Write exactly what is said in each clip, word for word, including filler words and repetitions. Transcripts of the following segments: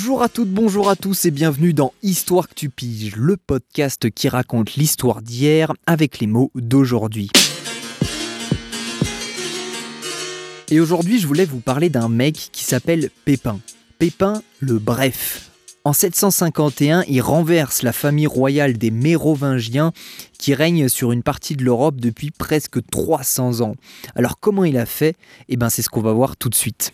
Bonjour à toutes, bonjour à tous et bienvenue dans Histoire que tu piges, le podcast qui raconte l'histoire d'hier avec les mots d'aujourd'hui. Et aujourd'hui, je voulais vous parler d'un mec qui s'appelle Pépin. Pépin le Bref. En sept cent cinquante et un, il renverse la famille royale des Mérovingiens qui règne sur une partie de l'Europe depuis presque trois cents ans. Alors comment il a fait ? Eh ben c'est ce qu'on va voir tout de suite.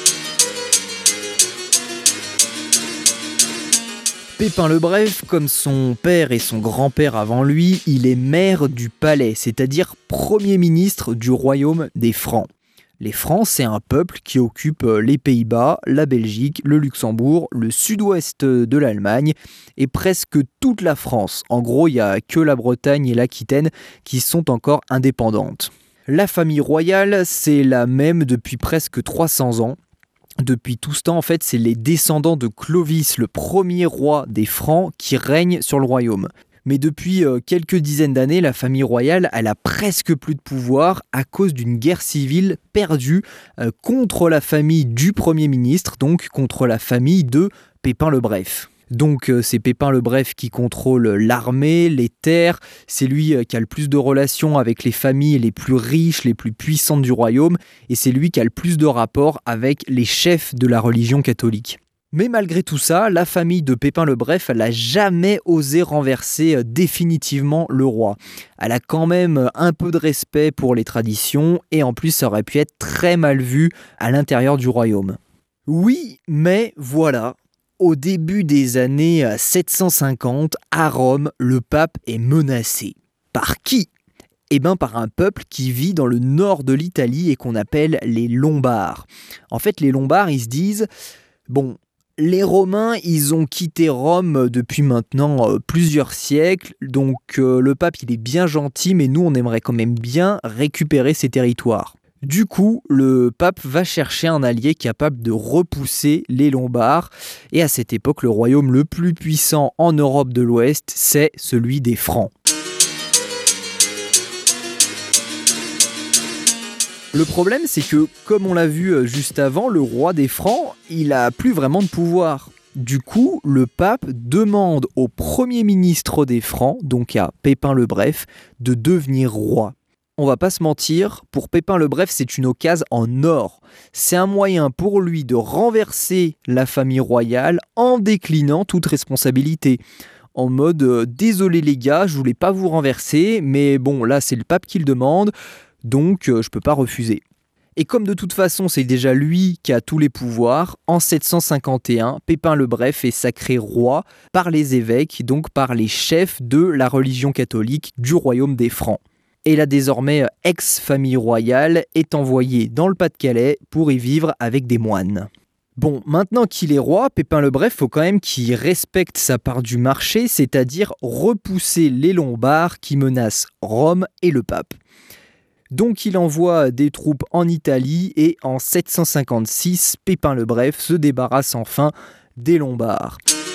Pépin le Bref, comme son père et son grand-père avant lui, il est maire du palais, c'est-à-dire premier ministre du royaume des Francs. Les Francs, c'est un peuple qui occupe les Pays-Bas, la Belgique, le Luxembourg, le sud-ouest de l'Allemagne et presque toute la France. En gros, il n'y a que la Bretagne et l'Aquitaine qui sont encore indépendantes. La famille royale, c'est la même depuis presque trois cents ans. Depuis tout ce temps, en fait, c'est les descendants de Clovis, le premier roi des Francs, qui règnent sur le royaume. Mais depuis euh, quelques dizaines d'années, la famille royale, elle a presque plus de pouvoir à cause d'une guerre civile perdue euh, contre la famille du Premier ministre, donc contre la famille de Pépin le Bref. Donc euh, c'est Pépin le Bref qui contrôle l'armée, les terres, c'est lui euh, qui a le plus de relations avec les familles les plus riches, les plus puissantes du royaume, et c'est lui qui a le plus de rapports avec les chefs de la religion catholique. Mais malgré tout ça, la famille de Pépin le Bref, elle n'a jamais osé renverser définitivement le roi. Elle a quand même un peu de respect pour les traditions et en plus ça aurait pu être très mal vu à l'intérieur du royaume. Oui, mais voilà, au début des années sept cent cinquante, à Rome, le pape est menacé. Par qui ? Eh bien par un peuple qui vit dans le nord de l'Italie et qu'on appelle les Lombards. En fait, les Lombards, ils se disent, bon, les Romains, ils ont quitté Rome depuis maintenant euh, plusieurs siècles, donc euh, le pape, il est bien gentil, mais nous, on aimerait quand même bien récupérer ces territoires. Du coup, le pape va chercher un allié capable de repousser les Lombards, et à cette époque, le royaume le plus puissant en Europe de l'Ouest, c'est celui des Francs. Le problème, c'est que, comme on l'a vu juste avant, le roi des Francs, il n'a plus vraiment de pouvoir. Du coup, le pape demande au premier ministre des Francs, donc à Pépin le Bref, de devenir roi. On va pas se mentir, pour Pépin le Bref, c'est une occasion en or. C'est un moyen pour lui de renverser la famille royale en déclinant toute responsabilité. En mode euh, « Désolé les gars, je voulais pas vous renverser, mais bon, là c'est le pape qui le demande. » Donc euh, je peux pas refuser. Et comme de toute façon c'est déjà lui qui a tous les pouvoirs, en sept cent cinquante et un, Pépin le Bref est sacré roi par les évêques, donc par les chefs de la religion catholique du royaume des Francs. Et la désormais ex-famille royale est envoyée dans le Pas-de-Calais pour y vivre avec des moines. Bon, maintenant qu'il est roi, Pépin le Bref, faut quand même qu'il respecte sa part du marché, c'est-à-dire repousser les Lombards qui menacent Rome et le pape. Donc il envoie des troupes en Italie et en sept cent cinquante-six, Pépin le Bref se débarrasse enfin des Lombards.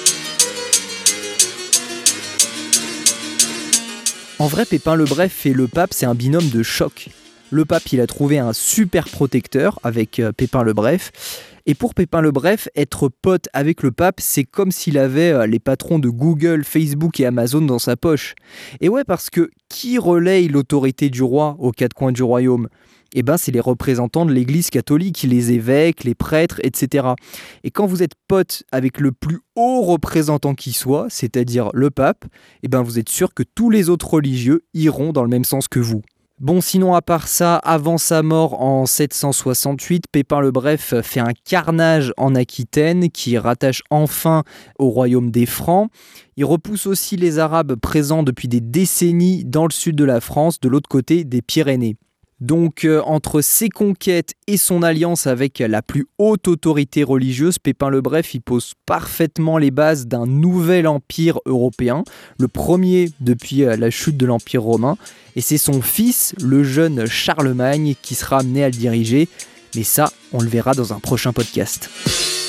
En vrai, Pépin le Bref et le pape, c'est un binôme de choc. Le pape, il a trouvé un super protecteur avec Pépin le Bref. Et pour Pépin le Bref, être pote avec le pape, c'est comme s'il avait les patrons de Google, Facebook et Amazon dans sa poche. Et ouais, parce que qui relaye l'autorité du roi aux quatre coins du royaume ? Eh ben, c'est les représentants de l'église catholique, les évêques, les prêtres, et cetera. Et quand vous êtes pote avec le plus haut représentant qui soit, c'est-à-dire le pape, eh ben, vous êtes sûr que tous les autres religieux iront dans le même sens que vous. Bon, sinon, à part ça, avant sa mort en sept cent soixante-huit, Pépin le Bref fait un carnage en Aquitaine qui rattache enfin au royaume des Francs. Il repousse aussi les Arabes présents depuis des décennies dans le sud de la France, de l'autre côté des Pyrénées. Donc, euh, entre ses conquêtes et son alliance avec la plus haute autorité religieuse, Pépin le Bref il pose parfaitement les bases d'un nouvel empire européen, le premier depuis euh, la chute de l'Empire romain. Et c'est son fils, le jeune Charlemagne, qui sera amené à le diriger. Mais ça, on le verra dans un prochain podcast.